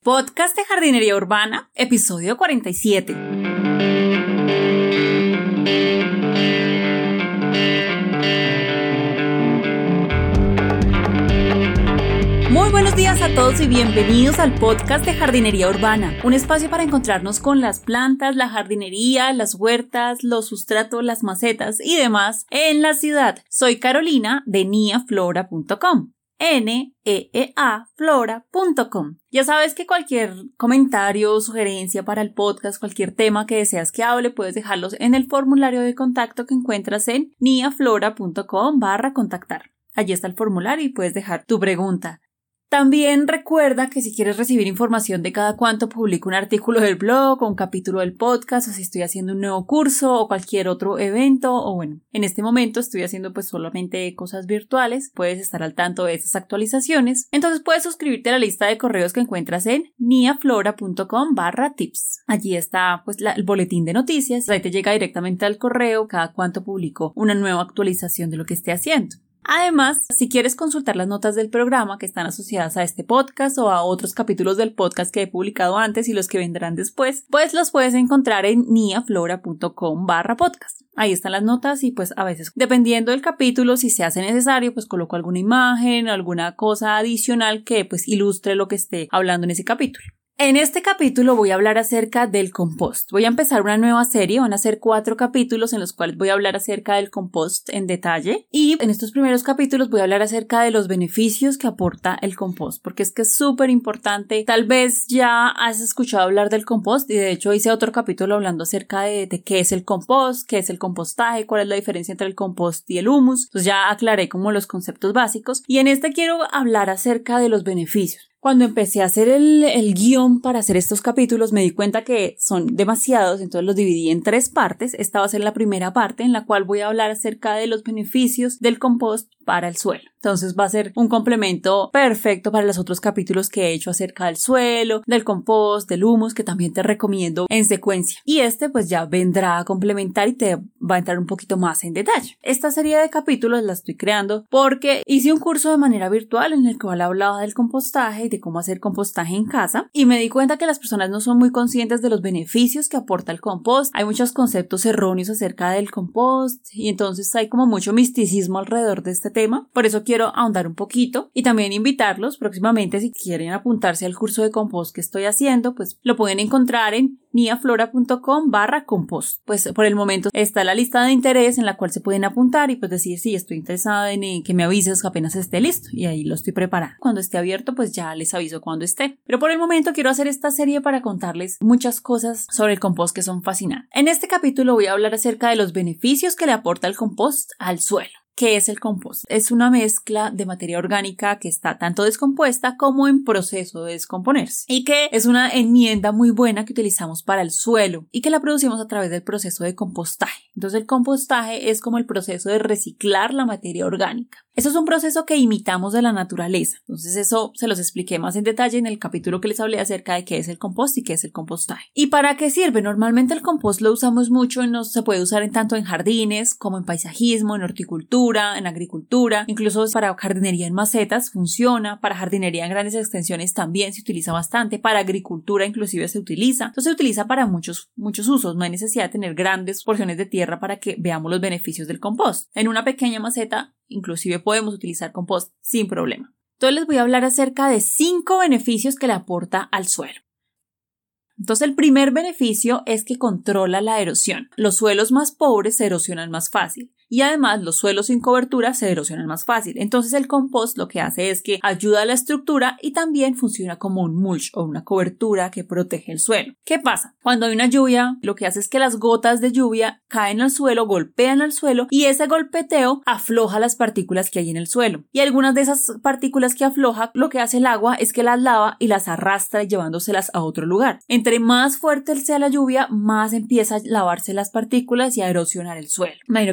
Podcast de Jardinería Urbana, episodio 47. Muy buenos días a todos y bienvenidos al podcast de Jardinería Urbana, un espacio para encontrarnos con las plantas, la jardinería, las huertas, los sustratos, las macetas y demás en la ciudad. Soy Carolina de niaflora.com. neaflora.com. Ya sabes que cualquier comentario o sugerencia para el podcast, cualquier tema que deseas que hable, puedes dejarlos en el formulario de contacto que encuentras en niaflora.com/contactar. Allí está el formulario y puedes dejar tu pregunta. También recuerda que si quieres recibir información de cada cuánto publico un artículo del blog o un capítulo del podcast, o si estoy haciendo un nuevo curso o cualquier otro evento, o bueno, en este momento estoy haciendo pues solamente cosas virtuales, puedes estar al tanto de esas actualizaciones. Entonces puedes suscribirte a la lista de correos que encuentras en niaflora.com/tips. Allí está pues el boletín de noticias, ahí te llega directamente al correo cada cuánto publico una nueva actualización de lo que esté haciendo. Además, si quieres consultar las notas del programa que están asociadas a este podcast o a otros capítulos del podcast que he publicado antes y los que vendrán después, pues los puedes encontrar en niaflora.com/podcast. Ahí están las notas y pues a veces, dependiendo del capítulo, si se hace necesario, pues coloco alguna imagen o alguna cosa adicional que pues ilustre lo que esté hablando en ese capítulo. En este capítulo voy a hablar acerca del compost. Voy a empezar una nueva serie, van a ser 4 capítulos en los cuales voy a hablar acerca del compost en detalle, y en estos primeros capítulos voy a hablar acerca de los beneficios que aporta el compost, porque es que es súper importante. Tal vez ya has escuchado hablar del compost y de hecho hice otro capítulo hablando acerca de qué es el compost, qué es el compostaje, cuál es la diferencia entre el compost y el humus. Entonces ya aclaré como los conceptos básicos y en este quiero hablar acerca de los beneficios. Cuando empecé a hacer el guión para hacer estos capítulos me di cuenta que son demasiados, entonces los dividí en 3 partes. Esta va a ser la primera parte en la cual voy a hablar acerca de los beneficios del compost para el suelo. Entonces va a ser un complemento perfecto para los otros capítulos que he hecho acerca del suelo, del compost, del humus, que también te recomiendo en secuencia. Y este pues ya vendrá a complementar y te va a entrar un poquito más en detalle. Esta serie de capítulos la estoy creando porque hice un curso de manera virtual en el cual hablaba del compostaje y de cómo hacer compostaje en casa y me di cuenta que las personas no son muy conscientes de los beneficios que aporta el compost. Hay muchos conceptos erróneos acerca del compost y entonces hay como mucho misticismo alrededor de este tema. Por eso quiero ahondar un poquito y también invitarlos próximamente, si quieren apuntarse al curso de compost que estoy haciendo, pues lo pueden encontrar en niaflora.com/compost. Pues por el momento está la lista de interés en la cual se pueden apuntar y pues decir si estoy interesada en que me avises apenas esté listo, y ahí lo estoy preparando. Cuando esté abierto pues ya les aviso cuando esté. Pero por el momento quiero hacer esta serie para contarles muchas cosas sobre el compost que son fascinantes. En este capítulo voy a hablar acerca de los beneficios que le aporta el compost al suelo. ¿Qué es el compost? Es una mezcla de materia orgánica que está tanto descompuesta como en proceso de descomponerse y que es una enmienda muy buena que utilizamos para el suelo y que la producimos a través del proceso de compostaje. Entonces el compostaje es como el proceso de reciclar la materia orgánica. Eso es un proceso que imitamos de la naturaleza. Entonces eso se los expliqué más en detalle en el capítulo que les hablé acerca de qué es el compost y qué es el compostaje. ¿Y para qué sirve? Normalmente el compost lo usamos mucho, se puede usar tanto en jardines como en paisajismo, en horticultura, en agricultura, incluso para jardinería en macetas funciona, para jardinería en grandes extensiones también se utiliza bastante, para agricultura inclusive se utiliza. Entonces se utiliza para muchos usos, no hay necesidad de tener grandes porciones de tierra para que veamos los beneficios del compost. En una pequeña maceta inclusive podemos utilizar compost sin problema. Entonces les voy a hablar acerca de 5 beneficios que le aporta al suelo. Entonces el primer beneficio es que controla la erosión. Los suelos más pobres se erosionan más fácil. Y además los suelos sin cobertura se erosionan más fácil. Entonces el compost lo que hace es que ayuda a la estructura y también funciona como un mulch o una cobertura que protege el suelo. ¿Qué pasa? Cuando hay una lluvia, lo que hace es que las gotas de lluvia caen al suelo, golpean al suelo y ese golpeteo afloja las partículas que hay en el suelo. Y algunas de esas partículas que afloja, lo que hace el agua es que las lava y las arrastra llevándoselas a otro lugar. Entre más fuerte sea la lluvia, más empieza a lavarse las partículas y a erosionar el suelo. Imagino que han visto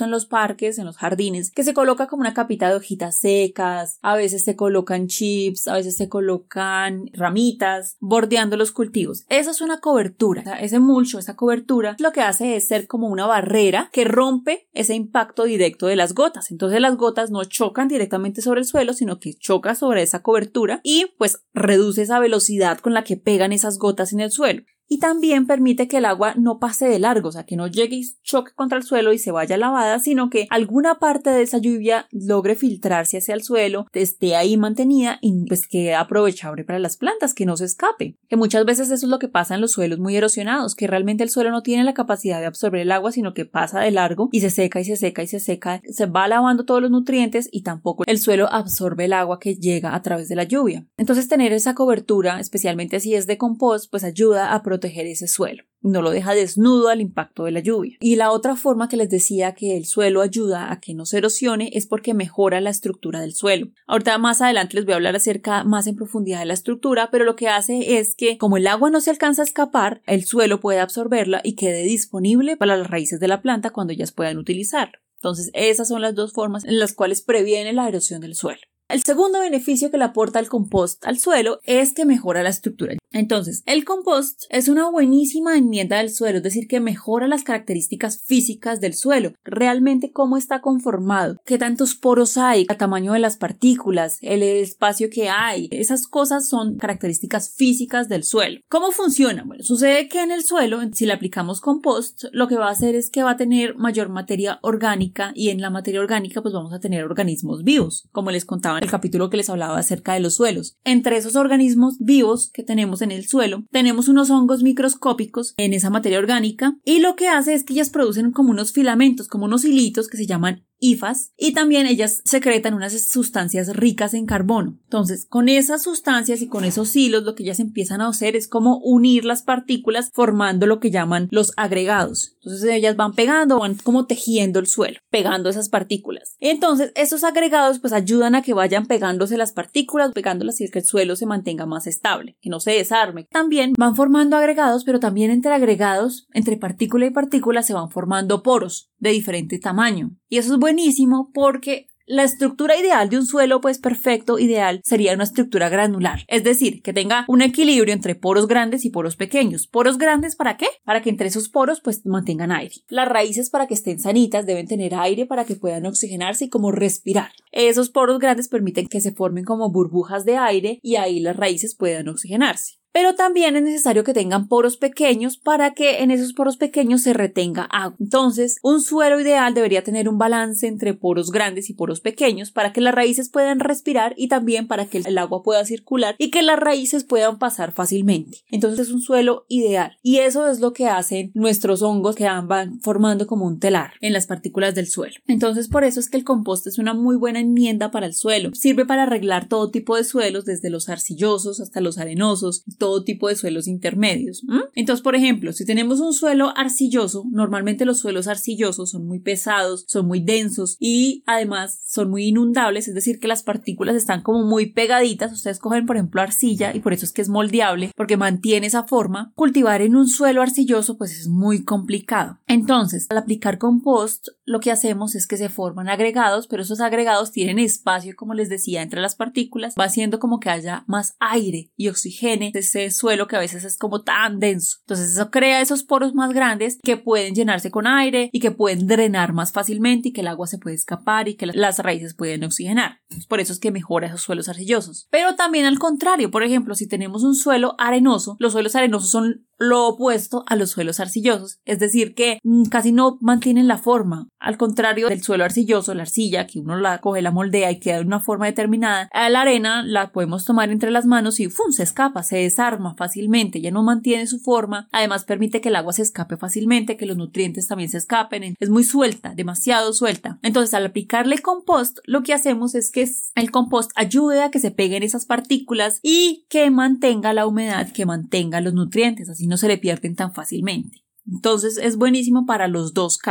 en los parques, en los jardines, que se coloca como una capita de hojitas secas, a veces se colocan chips, a veces se colocan ramitas, bordeando los cultivos. Esa es una cobertura. Ese mulch, esa cobertura, lo que hace es ser como una barrera que rompe ese impacto directo de las gotas. Entonces las gotas no chocan directamente sobre el suelo, sino que choca sobre esa cobertura y pues reduce esa velocidad con la que pegan esas gotas en el suelo. Y también permite que el agua no pase de largo, o sea, que no llegue y choque contra el suelo y se vaya lavada, sino que alguna parte de esa lluvia logre filtrarse hacia el suelo, esté ahí mantenida y pues quede aprovechable para las plantas, que no se escape. Que muchas veces eso es lo que pasa en los suelos muy erosionados, que realmente el suelo no tiene la capacidad de absorber el agua, sino que pasa de largo y se seca y se seca y se seca, se va lavando todos los nutrientes y tampoco el suelo absorbe el agua que llega a través de la lluvia. Entonces tener esa cobertura, especialmente si es de compost, pues ayuda a proteger ese suelo. No lo deja desnudo al impacto de la lluvia. Y la otra forma que les decía que el suelo ayuda a que no se erosione es porque mejora la estructura del suelo. Ahorita más adelante les voy a hablar acerca más en profundidad de la estructura, pero lo que hace es que como el agua no se alcanza a escapar, el suelo puede absorberla y quede disponible para las raíces de la planta cuando ellas puedan utilizarlo. Entonces esas son las dos formas en las cuales previene la erosión del suelo. El segundo beneficio que le aporta el compost al suelo es que mejora la estructura. Entonces, el compost es una buenísima enmienda del suelo, es decir, que mejora las características físicas del suelo, realmente cómo está conformado, qué tantos poros hay, el tamaño de las partículas, el espacio que hay, esas cosas son características físicas del suelo. ¿Cómo funciona? Bueno, sucede que en el suelo, si le aplicamos compost, lo que va a hacer es que va a tener mayor materia orgánica y en la materia orgánica pues vamos a tener organismos vivos, como les contaba en el capítulo que les hablaba acerca de los suelos. Entre esos organismos vivos que tenemos en el suelo, tenemos unos hongos microscópicos en esa materia orgánica y lo que hace es que ellas producen como unos filamentos, como unos hilitos que se llaman hifas y también ellas secretan unas sustancias ricas en carbono. Entonces, con esas sustancias y con esos hilos lo que ellas empiezan a hacer es como unir las partículas formando lo que llaman los agregados. Entonces ellas van pegando, van como tejiendo el suelo, pegando esas partículas. Entonces, esos agregados pues ayudan a que vayan pegándose las partículas, pegándolas y es que el suelo se mantenga más estable, que no se desarme. También van formando agregados, pero también entre agregados, entre partícula y partícula se van formando poros de diferente tamaño. Y eso es buenísimo porque la estructura ideal de un suelo, pues perfecto, ideal, sería una estructura granular. Es decir, que tenga un equilibrio entre poros grandes y poros pequeños. ¿Poros grandes para qué? Para que entre esos poros pues mantengan aire. Las raíces para que estén sanitas deben tener aire para que puedan oxigenarse y como respirar. Esos poros grandes permiten que se formen como burbujas de aire y ahí las raíces puedan oxigenarse. Pero también es necesario que tengan poros pequeños para que en esos poros pequeños se retenga agua. Entonces, un suelo ideal debería tener un balance entre poros grandes y poros pequeños para que las raíces puedan respirar y también para que el agua pueda circular y que las raíces puedan pasar fácilmente. Entonces, es un suelo ideal. Y eso es lo que hacen nuestros hongos que van formando como un telar en las partículas del suelo. Entonces, por eso es que el compost es una muy buena enmienda para el suelo. Sirve para arreglar todo tipo de suelos, desde los arcillosos hasta los arenosos, todo tipo de suelos intermedios. Entonces, por ejemplo, si tenemos un suelo arcilloso, normalmente los suelos arcillosos son muy pesados, son muy densos y además son muy inundables, es decir, que las partículas están como muy pegaditas. Ustedes cogen, por ejemplo, arcilla y por eso es que es moldeable, porque mantiene esa forma. Cultivar en un suelo arcilloso pues es muy complicado. Entonces, al aplicar compost, lo que hacemos es que se forman agregados, pero esos agregados tienen espacio, como les decía, entre las partículas, va haciendo como que haya más aire y oxigene ese suelo que a veces es como tan denso. Entonces eso crea esos poros más grandes que pueden llenarse con aire y que pueden drenar más fácilmente y que el agua se puede escapar y que las raíces pueden oxigenar. Por eso es que mejora esos suelos arcillosos. Pero también al contrario, por ejemplo, si tenemos un suelo arenoso, los suelos arenosos son lo opuesto a los suelos arcillosos, es decir que casi no mantienen la forma, al contrario del suelo arcilloso, la arcilla que uno la coge, la moldea y queda de una forma determinada, a la arena la podemos tomar entre las manos y ¡fum! Se escapa, se desarma fácilmente, ya no mantiene su forma, además permite que el agua se escape fácilmente, que los nutrientes también se escapen, es muy suelta, demasiado suelta. Entonces al aplicarle compost, lo que hacemos es que el compost ayude a que se peguen esas partículas y que mantenga la humedad, que mantenga los nutrientes, así no se le pierden tan fácilmente. Entonces es buenísimo para los dos casos.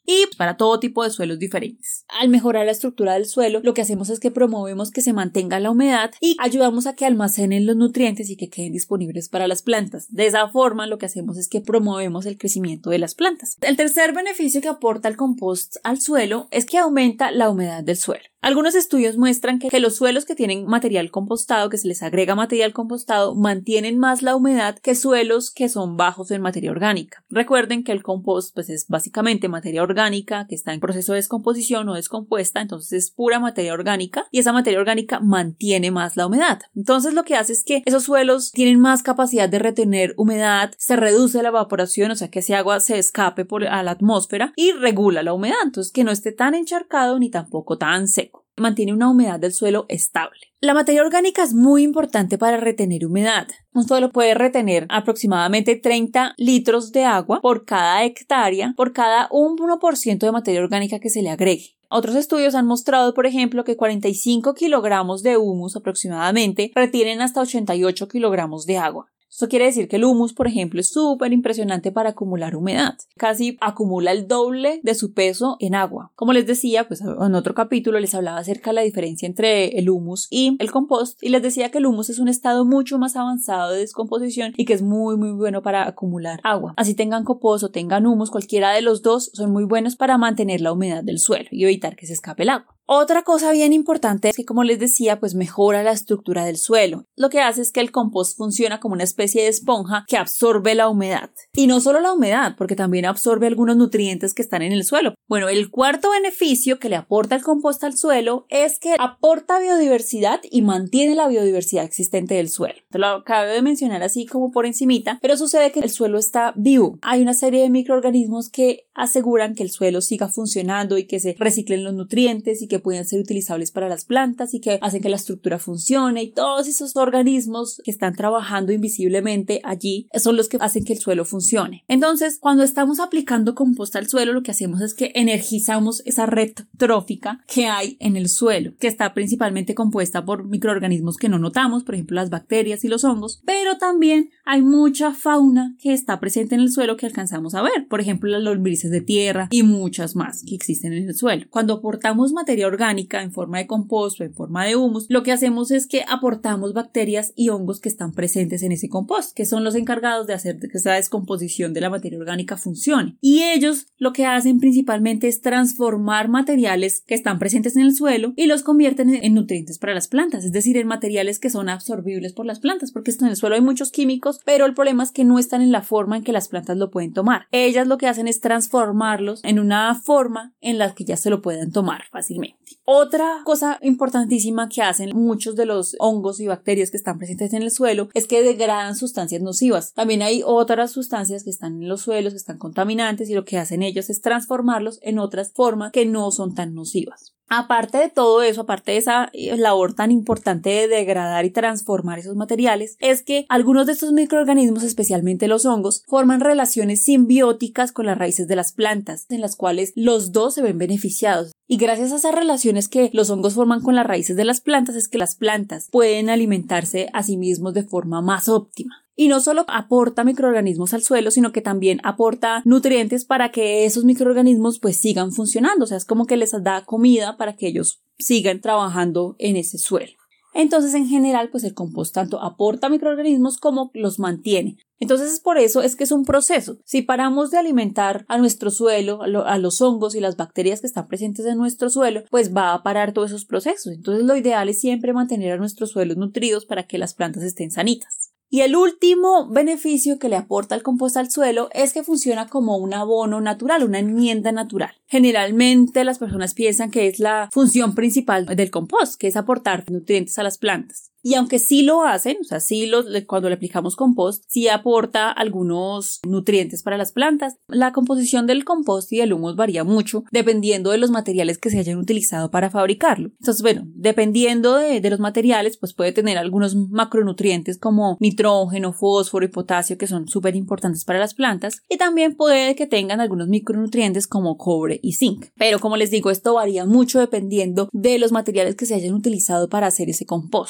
y para todo tipo de suelos diferentes. Al mejorar la estructura del suelo, lo que hacemos es que promovemos que se mantenga la humedad y ayudamos a que almacenen los nutrientes y que queden disponibles para las plantas. De esa forma, lo que hacemos es que promovemos el crecimiento de las plantas. El tercer beneficio que aporta el compost al suelo es que aumenta la humedad del suelo. Algunos estudios muestran que los suelos que tienen material compostado, que se les agrega material compostado, mantienen más la humedad que suelos que son bajos en materia orgánica. Recuerden que el compost pues es básicamente materia orgánica que está en proceso de descomposición o descompuesta, entonces es pura materia orgánica y esa materia orgánica mantiene más la humedad. Entonces lo que hace es que esos suelos tienen más capacidad de retener humedad, se reduce la evaporación, o sea que ese agua se escape a la atmósfera y regula la humedad, entonces que no esté tan encharcado ni tampoco tan seco. Mantiene una humedad del suelo estable. La materia orgánica es muy importante para retener humedad. Un suelo puede retener aproximadamente 30 litros de agua por cada hectárea, por cada 1% de materia orgánica que se le agregue. Otros estudios han mostrado, por ejemplo, que 45 kilogramos de humus aproximadamente retienen hasta 88 kilogramos de agua. Esto quiere decir que el humus, por ejemplo, es súper impresionante para acumular humedad. Casi acumula el doble de su peso en agua. Como les decía, pues en otro capítulo les hablaba acerca de la diferencia entre el humus y el compost y les decía que el humus es un estado mucho más avanzado de descomposición y que es muy bueno para acumular agua. Así tengan compost o tengan humus, cualquiera de los dos son muy buenos para mantener la humedad del suelo y evitar que se escape el agua. Otra cosa bien importante es que, como les decía, pues mejora la estructura del suelo. Lo que hace es que el compost funciona como una especie de esponja que absorbe la humedad. Y no solo la humedad, porque también absorbe algunos nutrientes que están en el suelo. Bueno, el cuarto beneficio que le aporta el compost al suelo es que aporta biodiversidad y mantiene la biodiversidad existente del suelo. Te lo acabo de mencionar así como por encimita, pero sucede que el suelo está vivo. Hay una serie de microorganismos que aseguran que el suelo siga funcionando y que se reciclen los nutrientes y que pueden ser utilizables para las plantas y que hacen que la estructura funcione, y todos esos organismos que están trabajando invisiblemente allí son los que hacen que el suelo funcione. Entonces, cuando estamos aplicando compost al suelo, lo que hacemos es que energizamos esa red trófica que hay en el suelo, que está principalmente compuesta por microorganismos que no notamos, por ejemplo las bacterias y los hongos, pero también hay mucha fauna que está presente en el suelo que alcanzamos a ver, por ejemplo las lombrices de tierra y muchas más que existen en el suelo. Cuando aportamos materia orgánica en forma de compost o en forma de humus, lo que hacemos es que aportamos bacterias y hongos que están presentes en ese compost, que son los encargados de hacer que esa descomposición de la materia orgánica funcione. Y ellos lo que hacen principalmente es transformar materiales que están presentes en el suelo y los convierten en nutrientes para las plantas, es decir, en materiales que son absorbibles por las plantas, porque en el suelo hay muchos químicos, pero el problema es que no están en la forma en que las plantas lo pueden tomar. Ellas lo que hacen es transformarlos en una forma en la que ya se lo puedan tomar fácilmente. Otra cosa importantísima que hacen muchos de los hongos y bacterias que están presentes en el suelo es que degradan sustancias nocivas. También hay otras sustancias que están en los suelos, que están contaminantes, y lo que hacen ellos es transformarlos en otras formas que no son tan nocivas. Aparte de todo eso, aparte de esa labor tan importante de degradar y transformar esos materiales, es que algunos de estos microorganismos, especialmente los hongos, forman relaciones simbióticas con las raíces de las plantas, en las cuales los dos se ven beneficiados. Y gracias a esas relaciones que los hongos forman con las raíces de las plantas, es que las plantas pueden alimentarse a sí mismos de forma más óptima. Y no solo aporta microorganismos al suelo, sino que también aporta nutrientes para que esos microorganismos pues sigan funcionando. O sea, es como que les da comida para que ellos sigan trabajando en ese suelo. Entonces, en general, pues el compost tanto aporta microorganismos como los mantiene. Entonces, por eso es que es un proceso. Si paramos de alimentar a nuestro suelo, a los hongos y las bacterias que están presentes en nuestro suelo, pues va a parar todos esos procesos. Entonces, lo ideal es siempre mantener a nuestros suelos nutridos para que las plantas estén sanitas. Y el último beneficio que le aporta el compost al suelo es que funciona como un abono natural, una enmienda natural. Generalmente las personas piensan que es la función principal del compost, que es aportar nutrientes a las plantas. Y aunque sí lo hacen, o sea, cuando le aplicamos compost, sí aporta algunos nutrientes para las plantas. La composición del compost y del humus varía mucho dependiendo de los materiales que se hayan utilizado para fabricarlo. Entonces, bueno, dependiendo de los materiales, pues puede tener algunos macronutrientes como nitrógeno, fósforo y potasio, que son súper importantes para las plantas. Y también puede que tengan algunos micronutrientes como cobre y zinc. Pero como les digo, esto varía mucho dependiendo de los materiales que se hayan utilizado para hacer ese compost.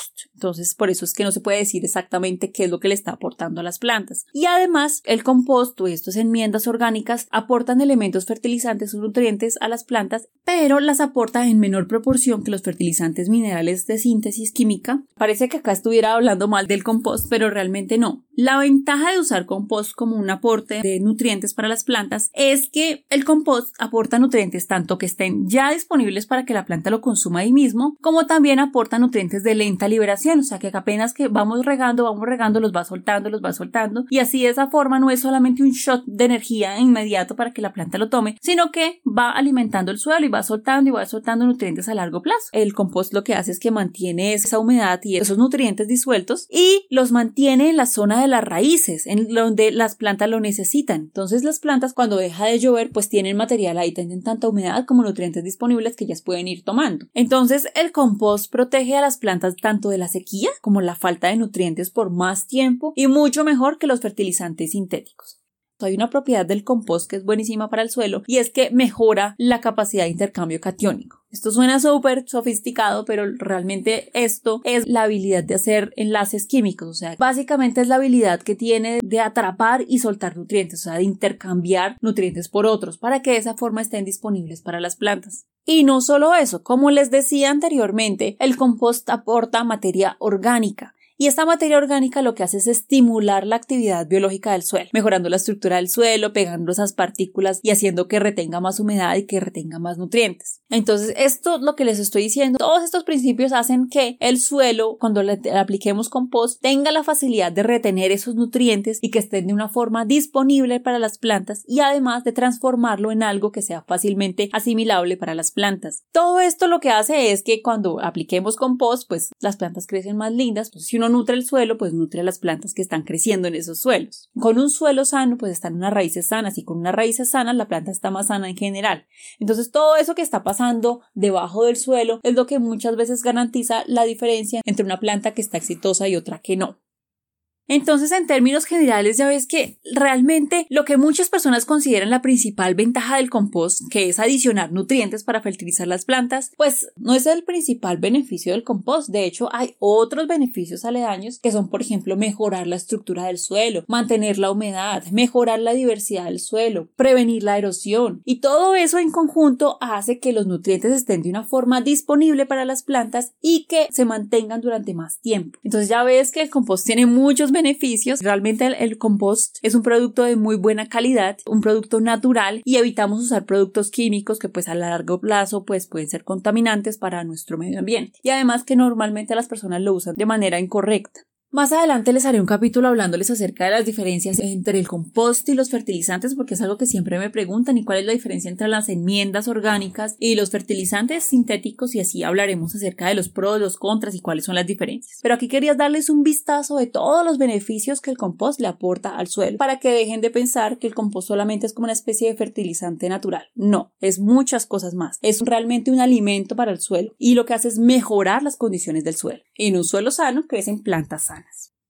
Entonces, por eso es que no se puede decir exactamente qué es lo que le está aportando a las plantas. Y además, el compost o estas enmiendas orgánicas aportan elementos fertilizantes o nutrientes a las plantas, pero las aporta en menor proporción que los fertilizantes minerales de síntesis química. Parece que acá estuviera hablando mal del compost, pero realmente no. La ventaja de usar compost como un aporte de nutrientes para las plantas es que el compost aporta nutrientes tanto que estén ya disponibles para que la planta lo consuma ahí mismo, como también aporta nutrientes de lenta liberación, o sea que apenas que vamos regando, los va soltando, y así de esa forma no es solamente un shot de energía inmediato para que la planta lo tome, sino que va alimentando el suelo y va soltando nutrientes a largo plazo. El compost lo que hace es que mantiene esa humedad y esos nutrientes disueltos y los mantiene en la zona de las raíces, en donde las plantas lo necesitan. Entonces las plantas cuando deja de llover pues tienen material ahí, tienen tanta humedad como nutrientes disponibles que ellas pueden ir tomando. Entonces el compost protege a las plantas tanto de la sequía como la falta de nutrientes por más tiempo y mucho mejor que los fertilizantes sintéticos. Hay una propiedad del compost que es buenísima para el suelo y es que mejora la capacidad de intercambio catiónico. Esto suena súper sofisticado, pero realmente esto es la habilidad de hacer enlaces químicos, o sea, básicamente es la habilidad que tiene de atrapar y soltar nutrientes, o sea, de intercambiar nutrientes por otros para que de esa forma estén disponibles para las plantas. Y no solo eso, como les decía anteriormente, el compost aporta materia orgánica. Y esta materia orgánica lo que hace es estimular la actividad biológica del suelo, mejorando la estructura del suelo, pegando esas partículas y haciendo que retenga más humedad y que retenga más nutrientes. Entonces, esto es lo que les estoy diciendo. Todos estos principios hacen que el suelo, cuando le apliquemos compost, tenga la facilidad de retener esos nutrientes y que estén de una forma disponible para las plantas y además de transformarlo en algo que sea fácilmente asimilable para las plantas. Todo esto lo que hace es que cuando apliquemos compost, pues las plantas crecen más lindas, pues si uno nutre el suelo, pues nutre a las plantas que están creciendo en esos suelos. Con un suelo sano, pues están unas raíces sanas y con unas raíces sanas la planta está más sana en general. Entonces todo eso que está pasando debajo del suelo es lo que muchas veces garantiza la diferencia entre una planta que está exitosa y otra que no. Entonces, en términos generales, ya ves que realmente lo que muchas personas consideran la principal ventaja del compost, que es adicionar nutrientes para fertilizar las plantas, pues no es el principal beneficio del compost. De hecho, hay otros beneficios aledaños que son, por ejemplo, mejorar la estructura del suelo, mantener la humedad, mejorar la diversidad del suelo, prevenir la erosión. Y todo eso en conjunto hace que los nutrientes estén de una forma disponible para las plantas y que se mantengan durante más tiempo. Entonces ya ves que el compost tiene muchos beneficios. Realmente el compost es un producto de muy buena calidad, un producto natural y evitamos usar productos químicos que pues a largo plazo pues pueden ser contaminantes para nuestro medio ambiente y además que normalmente las personas lo usan de manera incorrecta. Más adelante les haré un capítulo hablándoles acerca de las diferencias entre el compost y los fertilizantes porque es algo que siempre me preguntan y cuál es la diferencia entre las enmiendas orgánicas y los fertilizantes sintéticos y así hablaremos acerca de los pros, los contras y cuáles son las diferencias. Pero aquí quería darles un vistazo de todos los beneficios que el compost le aporta al suelo para que dejen de pensar que el compost solamente es como una especie de fertilizante natural. No, es muchas cosas más. Es realmente un alimento para el suelo y lo que hace es mejorar las condiciones del suelo. En un suelo sano crecen plantas sanas.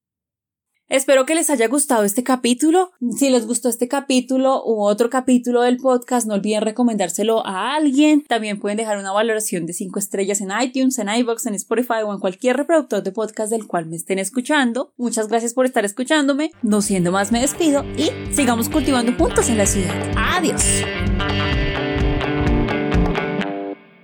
Espero que les haya gustado este capítulo. Si les gustó este capítulo u otro capítulo del podcast, no olviden recomendárselo a alguien. También pueden dejar una valoración de 5 estrellas en iTunes, en iVoox, en Spotify o en cualquier reproductor de podcast del cual me estén escuchando. Muchas gracias por estar escuchándome. No siendo más, me despido y sigamos cultivando juntos en la ciudad. ¡Adiós!